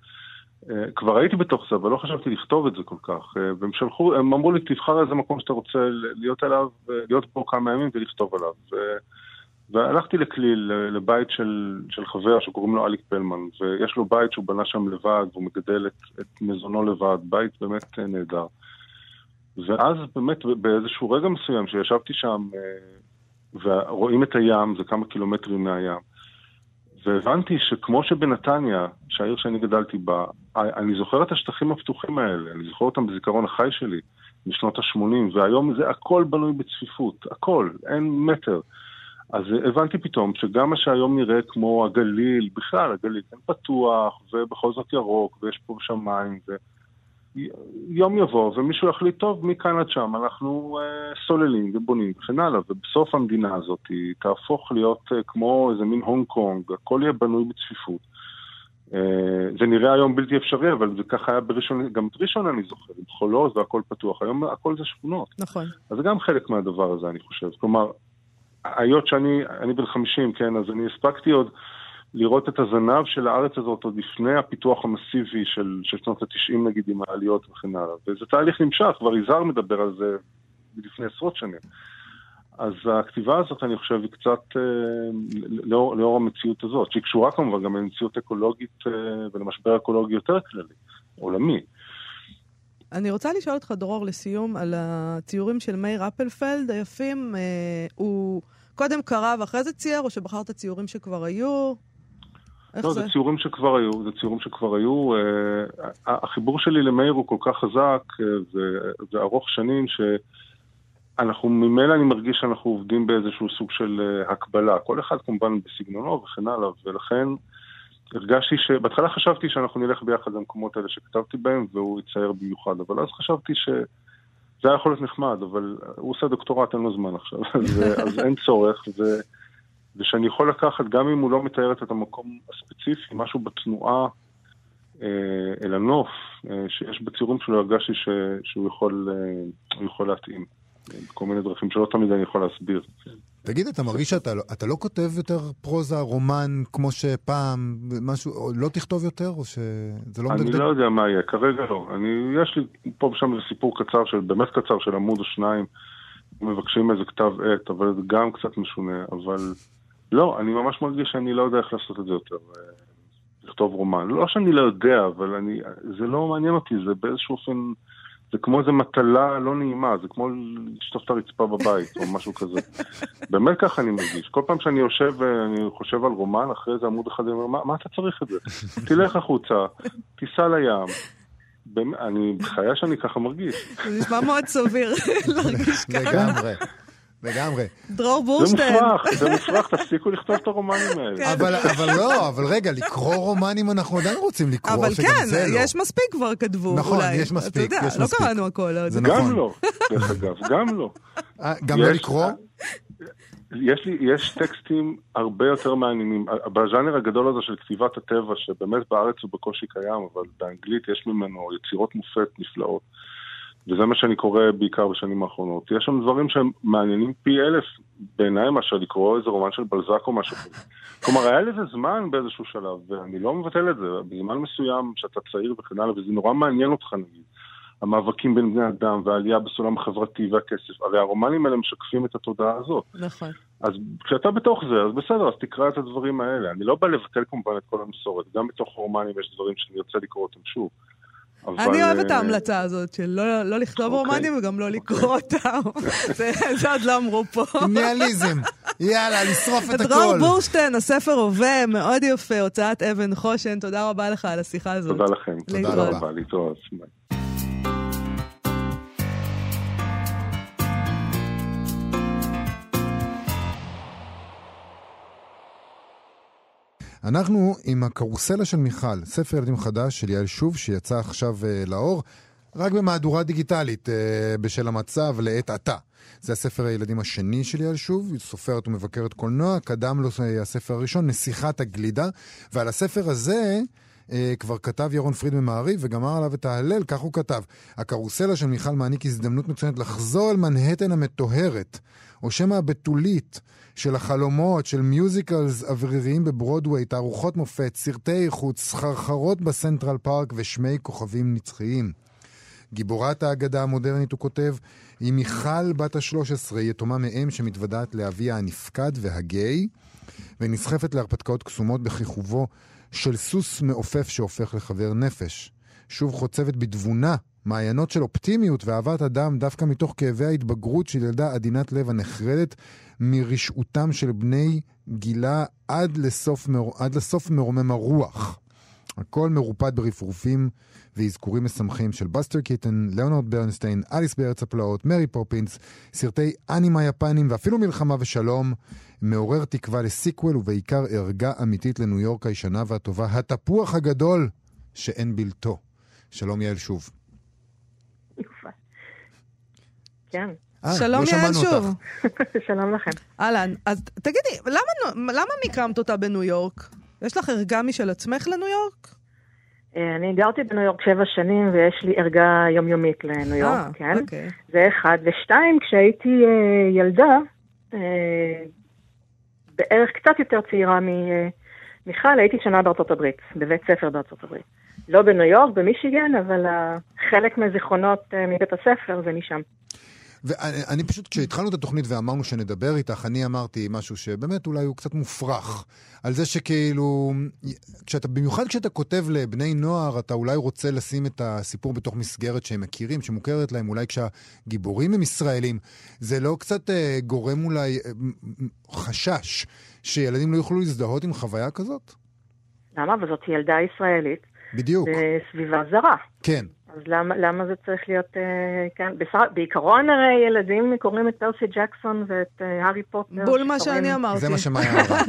וכבר הייתי בתוך זה, אבל לא חשבתי לכתוב את זה כל כך, והם שלחו, הם אמרו לי, תבחר איזה מקום שאתה רוצה להיות עליו, להיות פה כמה ימים ולכתוב עליו, והלכתי לכליל, לבית של חבר שקוראים לו אליק פלמן, ויש לו בית שהוא בנה שם לבד, והוא מגדל את מזונו לבד, בית באמת נהדר. ואז באמת באיזשהו רגע מסוים שישבתי שם, ורואים את הים, זה כמה קילומטרים מהים, והבנתי שכמו שבנתניה, שהעיר שאני גדלתי בה, אני זוכר את השטחים הפתוחים האלה, אני זוכר אותם בזיכרון החי שלי, משנות ה-80, והיום זה הכל בנוי בצפיפות, הכל, אין מטר. אז הבנתי פתאום שגם מה שהיום נראה כמו הגליל, בכלל הגליל, כן פתוח, ובכל זאת ירוק, ויש פה שמיים, יום יבוא, ומישהו יחליט טוב, מכאן עד שם, אנחנו סוללים ובונים וכן הלאה, ובסוף המדינה הזאת היא תהפוך להיות כמו איזה מין הונג קונג, הכל יהיה בנוי בצפיפות. זה נראה היום בלתי אפשרי, אבל זה ככה היה בראשון, גם בראשון אני זוכר, עם חולות והכל פתוח, היום הכל זה שכונות. נכון. אז זה גם חלק מהדבר הזה, אני חושב. כלומר, היות שאני בן 50, כן, אז אני הספקתי עוד לראות את הזנב של הארץ הזאת עוד לפני הפיתוח המסיבי של שנות ה-90 נגיד עם העליות וכן הלאה. וזה תהליך נמשך, כבר יזהר מדבר על זה לפני עשרות שנים. אז הכתיבה הזאת אני חושב היא קצת לאור המציאות הזאת, שהיא קשורה כמובן גם למציאות אקולוגית ולמשבר אקולוגי יותר כללי, עולמי. אני רוצה לשאול אותך, דרור, לסיום, על הציורים של מאיר אפלפלד היפים. הוא קודם קרא ואחרי זה צייר, או שבחרת ציורים שכבר היו? לא, זה ציורים שכבר היו. החיבור שלי למאיר הוא כל כך חזק וארוך שנים, שאנחנו, ממילא אני מרגיש שאנחנו עובדים באיזשהו סוג של הקבלה. כל אחד כמובן בסגנונו וכן הלאה, ולכן הרגשתי בהתחלה חשבתי שאנחנו נלך ביחד למקומות האלה שכתבתי בהם, והוא יצייר במיוחד, אבל אז חשבתי שזה היה יכול להיות נחמד, אבל הוא עושה דוקטורט, אין לו זמן עכשיו, אז אין צורך, ושאני יכול לקחת, גם אם הוא לא מתאר את המקום הספציפי, משהו בתנועה אל הנוף, שיש בציורים שלו, הרגשתי שהוא יכול להתאים, בכל מיני דרכים שלא תמיד אני יכול להסביר. תגיד, אתה מרגיש שאתה לא כותב יותר פרוזה, רומן, כמו שפעם, משהו, לא תכתוב יותר, או שזה לא מדגדג? אני לא יודע מה יהיה, כרגע לא. יש לי פה ושם איזה סיפור קצר, באמת קצר, של עמוד או שניים, מבקשים איזה כתב עת, אבל זה גם קצת משונה, אבל לא, אני ממש מרגיש שאני לא יודע איך לעשות את זה יותר, לכתוב רומן. לא שאני לא יודע, אבל זה לא מעניין אותי, זה באיזשהו אופן... זה כמו איזו מטלה לא נעימה, זה כמו לשטוף את הרצפה בבית, או משהו כזה. באמת ככה אני מרגיש. כל פעם שאני יושב ואני חושב על רומן, אחרי זה עמוד אחד, אני אומר, מה אתה צריך את זה? תלך החוצה, תיסע לים. בחיי שאני ככה מרגיש. זה נשמע מאוד סביר להרגיש ככה. לגמרי. דרור בורשטיין. זה מופרך, תפסיקו לכתוב את הרומנים האלה. אבל רגע, לקרוא רומנים אנחנו עדיין רוצים לקרוא. אבל כן, יש מספיק כבר כתבו. נכון, יש מספיק. אתה יודע, לא קראנו הכל. גם לא, דרך אגב, גם לא. גם לא לקרוא? יש טקסטים הרבה יותר מעניינים. בז'אנר הגדול הזה של כתיבת הטבע, שבאמת בארץ הוא בקושי קיים, אבל באנגלית יש ממנו יצירות מופת נפלאות. וזה מה שאני קורא בעיקר בשנים האחרונות. יש שם דברים שהם מעניינים פי אלף בעיניי מאשר לקרוא איזה רומן של בלזק או משהו כזה. כלומר, היה לזה זמן באיזשהו שלב, ואני לא מבטל את זה, בזמן מסוים שאתה צעיר וכן הלאה, וזה נורא מעניין אותך נגיד. המאבקים בין בני אדם והעלייה בסולם החברתי והכסף. הרי הרומנים האלה משקפים את התודעה הזאת. נכון. אז כשאתה בתוך זה, אז בסדר, אז תקרא את הדברים האלה. אני לא בא לבטל כמובן את כל המסורת. גם בתוך רומנים יש דברים שאני רוצה לקרוא אותם שוב. אני אוהבת את ההמלצה הזאת, של לא לכתוב רומנים וגם לא לקרוא אותם. זה עוד לא אמרו פה. ניאליזם. יאללה, לשרוף את הכל. דרור בורשטיין, הספר הווה, מאוד יפה, הוצאת אבן חושן. תודה רבה לך על השיחה הזאת. תודה לכם. תודה רבה. להתראות. אנחנו עם הקרוסלה של מיכל, ספר ילדים חדש של יעל שוב, שיצא עכשיו לאור, רק במהדורה דיגיטלית בשל המצב לעת עתה. זה הספר הילדים השני של יעל שוב, היא סופרת ומבקרת קולנוע, קדם לו הספר הראשון, נסיכת הגלידה, ועל הספר הזה כבר כתב ירון פריד ממעריב וגמר עליו את ההלל, כך הוא כתב. הקרוסלה של מיכל מעניק הזדמנות מצוינת לחזור אל מנהטן המטוהרת, או שמא הבתולית של החלומות, של מיוזיקלס אווריריים בברודווי, תערוכות מופת, סרטי איכות, סחרחרות בסנטרל פארק ושמי כוכבים נצחיים. גיבורת האגדה המודרנית, הוא כותב, היא מיכל בת ה-13, יתומה מאם שמתוודעת לאביה הנפקד והגיי, ונסחפת להרפתקאות קסומות בכיכובו של סוס מעופף שהופך לחבר נפש. שוב חוצבת בתבונה מעיינות של אופטימיות ואהבת אדם דווקא מתוך כאבי ההתבגרות של ילדה עדינת לב הנחרדת מרשעותם של בני גילה עד לסוף מרומם הרוח. הכל מרופד ברפרופים ואזכורים משמחים של בסטר קיטן, ליאונרד ברנסטיין, אליס בארץ הפלאות, מרי פופינס, סרטי אנימה יפנים ואפילו מלחמה ושלום, מעורר תקווה לסיקוול ובעיקר ערגה אמיתית לניו יורק הישנה והטובה, התפוח הגדול שאין בלתו. שלום יעל שוב. כן. שלום יעל שוב. שלום לכם. אהלן, אז תגידי, למה מיקמת אותה בניו יורק? יש לך ערגה משל עצמך לניו יורק? אני גרתי בניו יורק 7 שנים, ויש לי ערגה יומיומית לניו יורק, כן? אוקיי. זה אחד. ושתיים, כשהייתי ילדה, בערך קצת יותר צעירה ממיכל, הייתי שנה בארצות הברית, בבית ספר בארצות הברית. לא בניו יורק, במישיגן, אבל חלק מהזיכרונות מבית הספר זה משם. ואני פשוט, כשהתחלנו את התוכנית ואמרנו שנדבר איתך, אני אמרתי משהו שבאמת אולי הוא קצת מופרך, על זה שכאילו, במיוחד כשאתה כותב לבני נוער, אתה אולי רוצה לשים את הסיפור בתוך מסגרת שהם מכירים, שמוכרת להם, אולי כשהגיבורים הם ישראלים, זה לא קצת גורם אולי חשש שילדים לא יוכלו להזדהות עם חוויה כזאת? למה? וזאת ילדה ישראלית. בדיוק. בסביבה זרה. כן. אז למה זה צריך להיות, כן, בעיקרון הרי ילדים קוראים את פרסי ג'קסון ואת הארי פוטר. בול מה שאני אמרתי. זה מה שמאיה אמרה.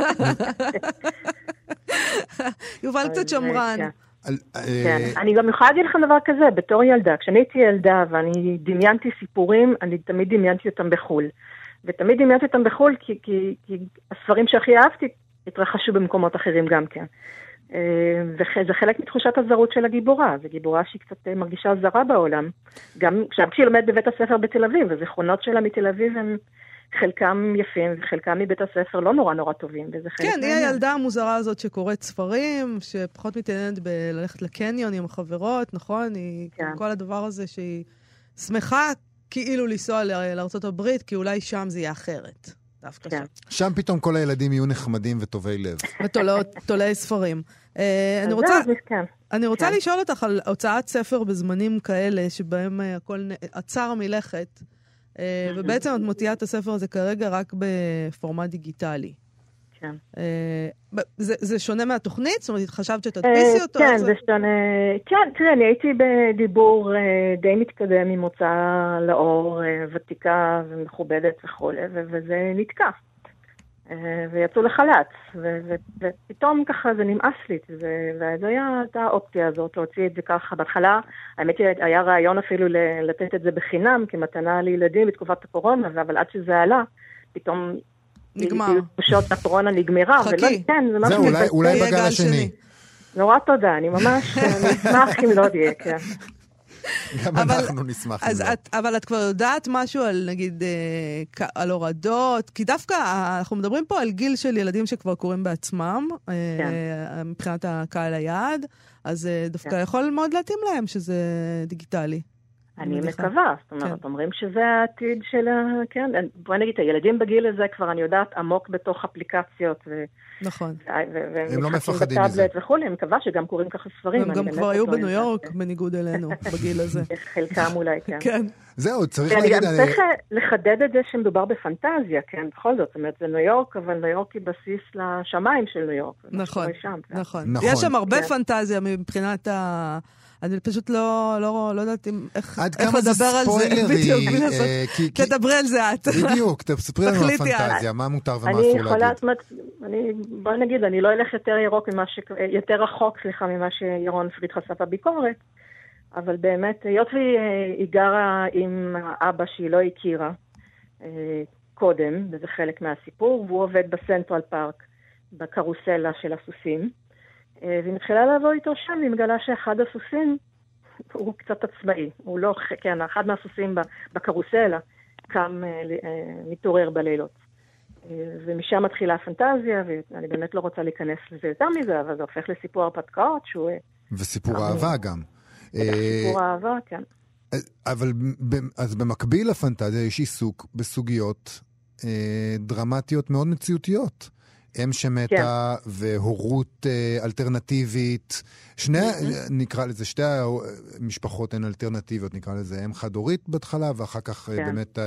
יובל קצת שמרן. כן, אני גם יכולה להגיד לכם דבר כזה, בתור ילדה, כשאני הייתי ילדה ואני דמיינתי סיפורים, אני תמיד דמיינתי אותם בחול. ותמיד דמיינתי אותם בחול כי הספרים שהכי אהבתי התרחשו במקומות אחרים גם כן. וזה חלק מתחושת הזרות של הגיבורה, זו גיבורה שהיא קצת מרגישה זרה בעולם, גם כשהיא לומדת בבית הספר בתל אביב, וזיכרונות שלה מתל אביב הם חלקם יפים, וחלקם מבית הספר לא נורא טובים, וזה חלק כן, היא הילדה המוזרה הזאת שקוראת ספרים, שפחות מתעניינת בללכת לקניון עם החברות, נכון? היא כל הדבר הזה שהיא שמחה כאילו לנסוע לארצות הברית, כי אולי שם זה יהיה אחרת. שם פתאום כל הילדים יהיו נחמדים וטובי לב. ותולי ספרים. אני רוצה לשאול אותך על הוצאת ספר בזמנים כאלה, שבהם הכל עצר מלכת, ובעצם את מוציאה את הספר הזה כרגע רק בפורמט דיגיטלי. כן. זה שונה מהתוכנית? זאת אומרת, חשבת שתדפיסי אותו? כן, זה שונה. כן, תראה, אני הייתי בדיבור די מתקדם עם הוצאה לאור, ותיקה ומכובדת וכו', וזה נתקע. ויצאו לחלץ, ופתאום ככה זה נמאס לי, ואז הייתה האופציה הזאת, להוציא את זה ככה. בהתחלה, האמת היה רעיון אפילו לתת את זה בחינם, כמתנה לילדים בתקופת הקורונה, אבל עד שזה עלה, פתאום נגמר. פשוט הקורונה נגמרה. חכי. זהו, אולי בגל השני. נורא תודה, אני ממש נשמח אם לא תהיה, כן. גם אנחנו נשמח. אבל את כבר יודעת משהו על, נגיד, על הורדות, כי דווקא אנחנו מדברים פה על גיל של ילדים שכבר קוראים בעצמם, מבחינת הקהל היעד, אז דווקא יכול מאוד להתאים להם שזה דיגיטלי. אני מקווה, זאת אומרת, אומרים שזה העתיד של כן, בוא נגיד, הילדים בגיל הזה כבר, אני יודעת, עמוק בתוך אפליקציות, נכון. הם לא מפחדים מזה. וכו', אני מקווה שגם קוראים ככה ספרים. הם גם כבר היו בניו יורק, בניגוד אלינו, בגיל הזה. חלקם אולי, כן. כן. זהו, צריך להגיד... ואני גם צריך לחדד את זה שמדובר בפנטזיה, כן, בכל זאת, זאת אומרת, זה ניו יורק, אבל ניו יורק היא בסיס לשמיים של ניו יורק. נכון, נכון. יש שם הרבה פנטזיה מבחינת אני פשוט לא יודעת איך לדבר על זה. בדיוק, תדברי על זה את. בדיוק, תספרי לנו על הפנטזיה, מה מותר ומה אסור להגיד. בוא נגיד, אני לא אלך יותר רחוק, ממה שירון פריד חשף בביקורת, אבל באמת, היות והיא גרה עם אבא שהיא לא הכירה קודם, וזה חלק מהסיפור, והוא עובד בסנטרל פארק, בקרוסלה של הסוסים, והיא מתחילה לעבור איתו שם, והיא מגלה שאחד הסוסים הוא קצת עצמאי. הוא לא, כן, אחד מהסוסים בקרוסלה קם מתעורר בלילות. ומשם מתחילה הפנטזיה, ואני באמת לא רוצה להיכנס לזה יותר מזה, אבל זה הופך לסיפור הרפתקאות שהוא... וסיפור אהבה גם. סיפור אהבה, כן. אבל אז במקביל לפנטזיה יש עיסוק בסוגיות דרמטיות מאוד מציאותיות. אם שמתה והורות אלטרנטיבית, נקרא לזה, שתי המשפחות הן אלטרנטיביות, נקרא לזה אם חד-הורית בהתחלה, ואחר כך באמת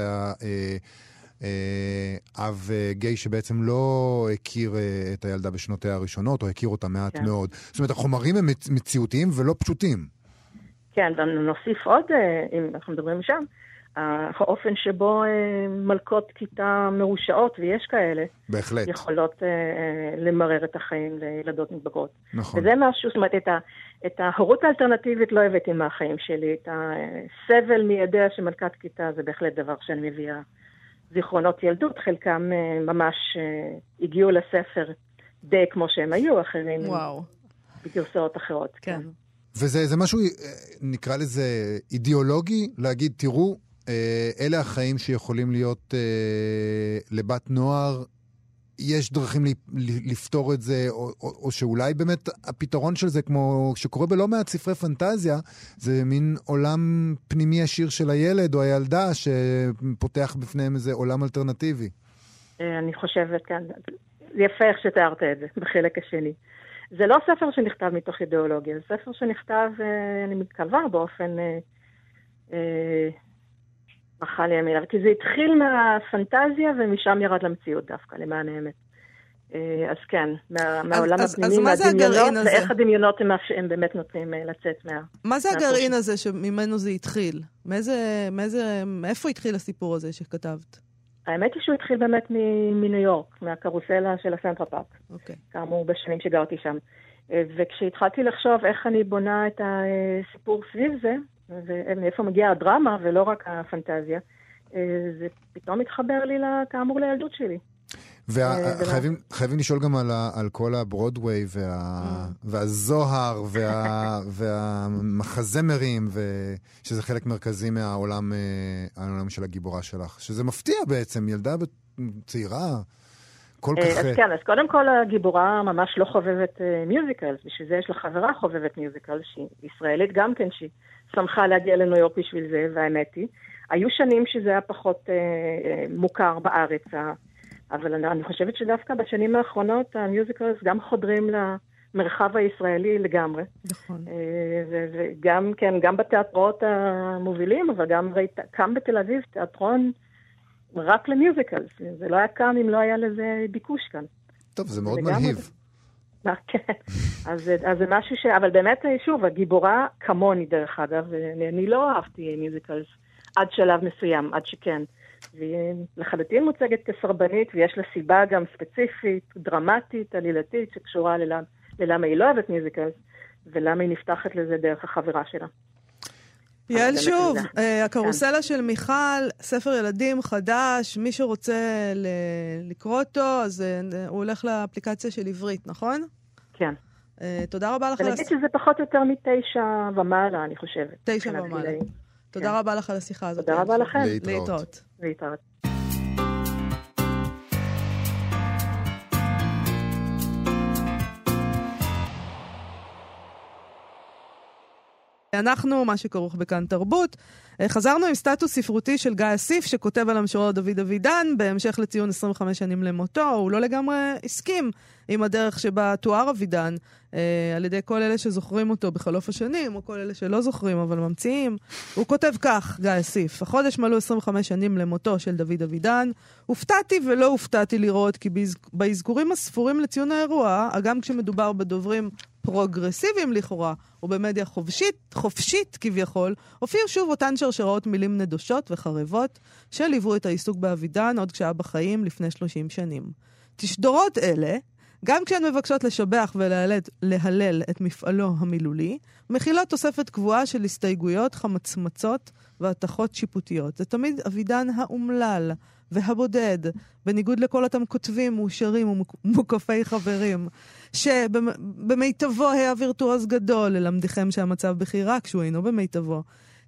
אב גיי שבעצם לא הכיר את הילדה בשנותיה הראשונות, או הכיר אותה מעט מאוד. זאת אומרת, החומרים הם מציאותיים ולא פשוטים. כן, ונוסיף עוד, אם אנחנו מדברים שם, האופן שבו מלכות כיתה מרושעות, ויש כאלה, בהחלט. יכולות למרר את החיים לילדות מתבגרות. נכון. וזה משהו, זאת אומרת, את ההורות האלטרנטיבית לא הבאתי מהחיים שלי, את הסבל מידיה שמלכת כיתה, זה בהחלט דבר שאני מביאה זיכרונות ילדות, חלקם ממש הגיעו לספר די כמו שהם היו, אחרים בגרסאות אחרות. כן. וזה משהו, נקרא לזה אידיאולוגי, להגיד, תראו, אלה החיים שיכולים להיות לבת נוער, יש דרכים לפתור את זה, או שאולי באמת הפתרון של זה, כמו שקורה בלא מעט ספרי פנטזיה, זה מין עולם פנימי עשיר של הילד או הילדה, שפותח בפניהם איזה עולם אלטרנטיבי. אני חושבת, כן, זה יפה איך שתיארת את זה, בחלק השני. זה לא ספר שנכתב מתוך אידיאולוגיה, זה ספר שנכתב, אני מקווה, באופן מחל ימינה, כי זה התחיל מהפנטזיה ומשם ירד למציאות דווקא, למען האמת. אז כן, מהעולם הפנימי, מהדמיונות, ואיך הדמיונות הם באמת נותנים לצאת מה... מה זה הגרעין הזה שממנו זה התחיל? מאיפה התחיל הסיפור הזה שכתבת? האמת היא שהוא התחיל באמת מניו יורק, מהקרוסלה של הסנטרל פארק. אוקיי. כאמור, בשנים שגרתי שם. וכשהתחלתי לחשוב איך אני בונה את הסיפור סביב זה, ומאיפה מגיעה הדרמה ולא רק הפנטזיה, זה פתאום מתחבר לי, כאמור, לילדות שלי. וחייבים לשאול גם על כל הברודווי והזוהר והמחזמרים, שזה חלק מרכזי מהעולם של הגיבורה שלך. שזה מפתיע בעצם, ילדה צעירה, כל כך... אז כן, אז קודם כל הגיבורה ממש לא חובבת מיוזיקלס, בשביל זה יש לה חברה חובבת מיוזיקלס, שהיא ישראלית גם כן, שהיא שמחה להגיע לניו יורק בשביל זה, והאמת היא. היו שנים שזה היה פחות מוכר בארץ, אבל אני חושבת שדווקא בשנים האחרונות המיוזיקלס גם חודרים למרחב הישראלי לגמרי. נכון. וגם, כן, גם בתיאטרות המובילים, אבל גם קם בתל אביב תיאטרון רק למיוזיקלס. זה לא היה קם אם לא היה לזה ביקוש כאן. טוב, זה מאוד מלהיב. כן. אז זה משהו אבל באמת, שוב, הגיבורה כמוני דרך אגב, אני לא אהבתי מיוזיקלס עד שלב מסוים, עד שכן. והיא לחלוטין מוצגת כסרבנית, ויש לה סיבה גם ספציפית, דרמטית, עלילתית, שקשורה ללמה היא לא אוהבת מיוזיקלס, ולמה היא נפתחת לזה דרך החברה שלה. יעל שוב, הקרוסלה של מיכל, ספר ילדים חדש, מי שרוצה לקרוא אותו, אז הוא הולך לאפליקציה של עברית, נכון? כן. תודה רבה לך. ונגיד שזה פחות או יותר 9 ומעלה, אני חושבת. 9 ומעלה. תודה רבה לך על השיחה הזאת. תודה רבה לכם. להתראות. אנחנו, מה שכרוך בכאן תרבות, חזרנו עם סטטוס ספרותי של גיא אסיף, שכותב על המשורר דוד אבידן, בהמשך לציון 25 שנים למותו. הוא לא לגמרי הסכים עם הדרך שבה תואר אבידן, על ידי כל אלה שזוכרים אותו בחלוף השנים, או כל אלה שלא זוכרים אבל ממציאים. הוא כותב כך, גיא אסיף: החודש מלאו 25 שנים למותו של דוד אבידן. הופתעתי ולא הופתעתי לראות כי באזכורים הספורים לציון האירוע, גם כשמדובר בדוברים פרוגרסיביים לכאורה, או במדיה חופשית כביכול, הופיעו שוב אותן שרשראות מילים נדושות וחרבות, שליוו את העיסוק באבידן עוד כשהיה בחיים לפני 30 שנים. תשדורות אלה, גם כשהן מבקשות לשבח ולהלל את מפעלו המילולי, מכילות תוספת קבועה של הסתייגויות, חמצמצות והתחות שיפוטיות. זה תמיד אבידן האומלל והבודד, בניגוד לכל אותם כותבים מאושרים ומוקפי חברים, שבמיטבו היה וירטואוז גדול, ללמדיכם שהמצב בכי רק כשהוא אינו במיטבו.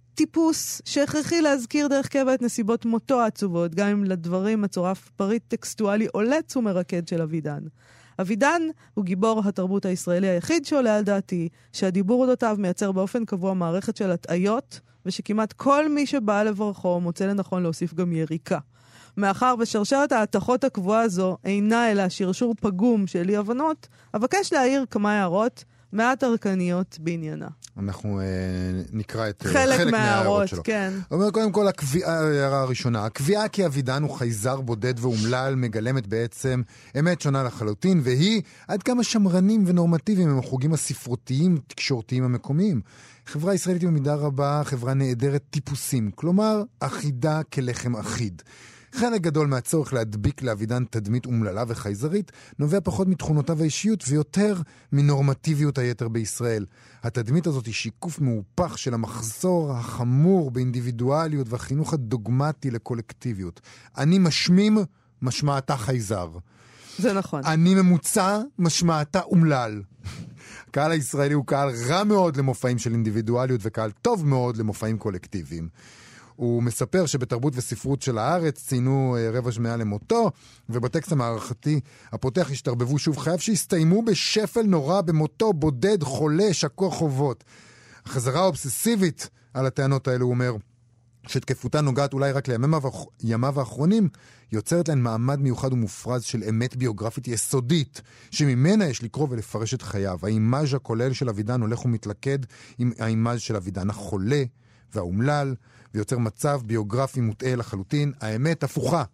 טיפוס שהכרחי להזכיר דרך קבע את נסיבות מותו העצובות, גם אם לדברים מצורף פריט טקסטואלי עולץ ומרקד של אבידן. אבידן הוא גיבור התרבות הישראלי היחיד שעולה על דעתי, שהדיבור אודותיו מייצר באופן קבוע מערכת של הטעיות, ושכמעט כל מי שבא לברכו מוצא לנכון להוסיף גם יריקה. מאחר ושרשרת ההתחות הקבועה הזו אינה אלא שרשור פגום של אי הבנות, אבקש להעיר כמה הערות מעט ארכניות בעניינה. אנחנו נקרא את חלק מההערות שלו. כן. אומר קודם כל, ההערה הראשונה, הקביעה כי אבידן הוא חייזר בודד ואומלל מגלמת בעצם אמת שונה לחלוטין, והיא עד כמה שמרנים ונורמטיביים הם החוגים הספרותיים, תקשורתיים המקומיים. חברה ישראלית במידה רבה, חברה נעדרת טיפוסים, כלומר, אחידה כלחם אחיד. חלק גדול מהצורך להדביק לאבידן תדמית אומללה וחייזרית נובע פחות מתכונותיו האישיות ויותר מנורמטיביות היתר בישראל. התדמית הזאת היא שיקוף מהופך של המחסור החמור באינדיבידואליות והחינוך הדוגמטי לקולקטיביות. אני משמים, משמעתה חייזר. זה נכון. אני ממוצע, משמעתה אומלל. הקהל הישראלי הוא קהל רע מאוד למופעים של אינדיבידואליות וקהל טוב מאוד למופעים קולקטיביים. הוא מספר שבתרבות וספרות של הארץ ציינו רבע שמיעה למותו, ובטקסט המערכתי הפותח השתרבבו שוב חייו שהסתיימו בשפל נורא במותו, בודד, חולה, שקוע חובות. החזרה האובססיבית על הטענות האלו, הוא אומר, שתקפותה נוגעת אולי רק לימיו האחרונים, יוצרת להן מעמד מיוחד ומופרז של אמת ביוגרפית יסודית, שממנה יש לקרוא ולפרש את חייו. האימאז' הכולל של אבידן הולך ומתלכד עם האימאז' של אבידן החולה והאומלל, ויוצר מצב ביוגרפי מוטעה לחלוטין. האמת הפוכה.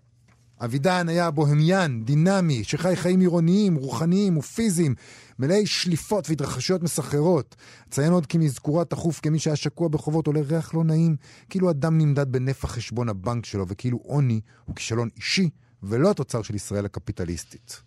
אבידן היה בוהמיין, דינמי, שחי חיים עירוניים, רוחניים ופיזיים, מלאי שליפות והתרחשויות מסחררות. ציין עוד כי מזכורה תחוף כמי שהיה שקוע בחובות עולה ריח לא נעים, כאילו אדם נמדד בנפח חשבון הבנק שלו, וכאילו עוני הוא כישלון אישי, ולא התוצר של ישראל הקפיטליסטית.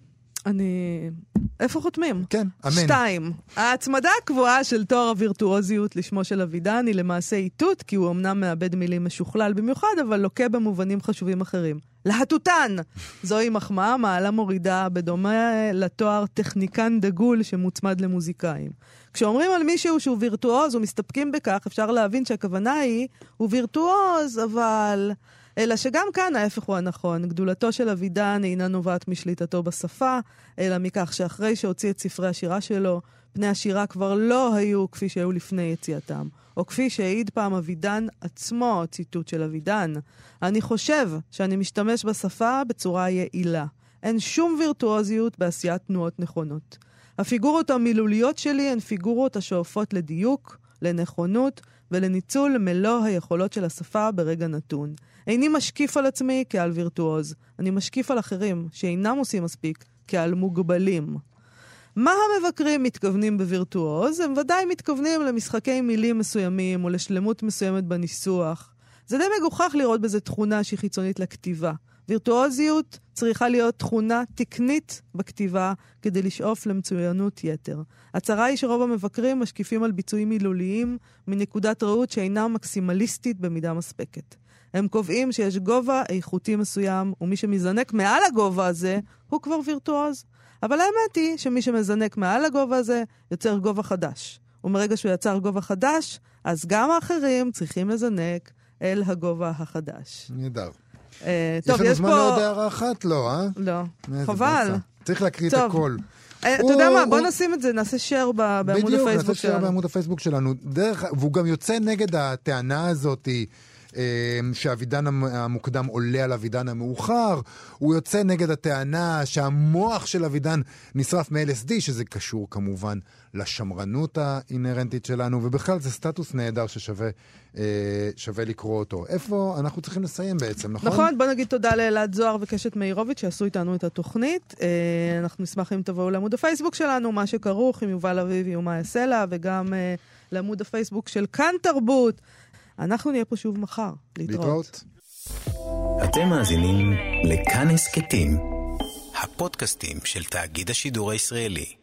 איפה חותמים? כן, אמן. 2. ההצמדה הקבועה של תואר הווירטואוזיות לשמו של אבידן היא למעשה איתות, כי הוא אמנם מאבד מילים משוכלל במיוחד, אבל לוקה במובנים חשובים אחרים. להטוטן! זוהי מחמאה, מעלה מורידה, בדומה לתואר טכניקן דגול שמוצמד למוזיקאים. כשאומרים על מישהו שהוא וירטואוז ומסתפקים בכך, אפשר להבין שהכוונה היא, הוא וירטואוז, אבל... אלא שגם כאן ההפך הוא הנכון. גדולתו של אבידן אינה נובעת משליטתו בשפה, אלא מכך שאחרי שהוציא את ספרי השירה שלו, פני השירה כבר לא היו כפי שהיו לפני יציאתם. או כפי שהעיד פעם אבידן עצמו, ציטוט של אבידן. אני חושב שאני משתמש בשפה בצורה יעילה. אין שום וירטואוזיות בעשיית תנועות נכונות. הפיגורות המילוליות שלי הן פיגורות השואפות לדיוק, לנכונות ולניצול מלוא היכולות של השפה ברגע נתון. איני משקיף על עצמי כעל וירטואוז. אני משקיף על אחרים שאינם עושים מספיק כעל מוגבלים. מה המבקרים מתכוונים בווירטואוז? הם ודאי מתכוונים למשחקי מילים מסוימים או לשלמות מסוימת בניסוח. זה די מגוחך לראות בזה תכונה שהיא חיצונית לכתיבה. וירטואוזיות צריכה להיות תכונה תקנית בכתיבה כדי לשאוף למצוינות יתר. הצרה היא שרוב המבקרים משקיפים על ביצועים מילוליים מנקודת ראות שאינה מקסימליסטית במידה מספקת. הם קובעים שיש גובה איכותי מסוים, ומי שמזנק מעל הגובה הזה הוא כבר וירטואוז. אבל האמת היא שמי שמזנק מעל הגובה הזה יוצר גובה חדש. ומרגע שהוא יצר גובה חדש, אז גם האחרים צריכים לזנק אל הגובה החדש. נהדר. טוב, יש לנו זמן לעוד הערה אחת? לא, אה? לא. חבל. צריך להקריא את הכל. אתה יודע מה, בוא נשים את זה, נעשה share בעמוד הפייסבוק שלנו. בדיוק, נעשה share בעמוד הפייסבוק שלנו. והוא גם יוצא נגד הטענה הזאת, שהוידן המוקדם עולה על הוידן המאוחר, הוא יוצא נגד הטענה שהמוח של הוידן נשרף מ-LSD, שזה קשור כמובן לשמרנות האינרנטית שלנו, ובכלל זה סטטוס נהדר ששווה לקרוא אותו. איפה אנחנו צריכים לסיים בעצם, נכון? נכון, בוא נגיד תודה לאלעד זוהר וקשת מאירוביץ' שעשו איתנו את התוכנית. אנחנו נשמח אם תבואו לעמוד הפייסבוק שלנו, מה שכרוך עם יובל אביבי ומאיה סלע, וגם לעמוד הפייסבוק של כאן תרבות. אנחנו נהיה פה שוב מחר. להתראות. אתם מאזינים לכאן הסכתים, הפודקאסטים של תאגיד השידור הישראלי.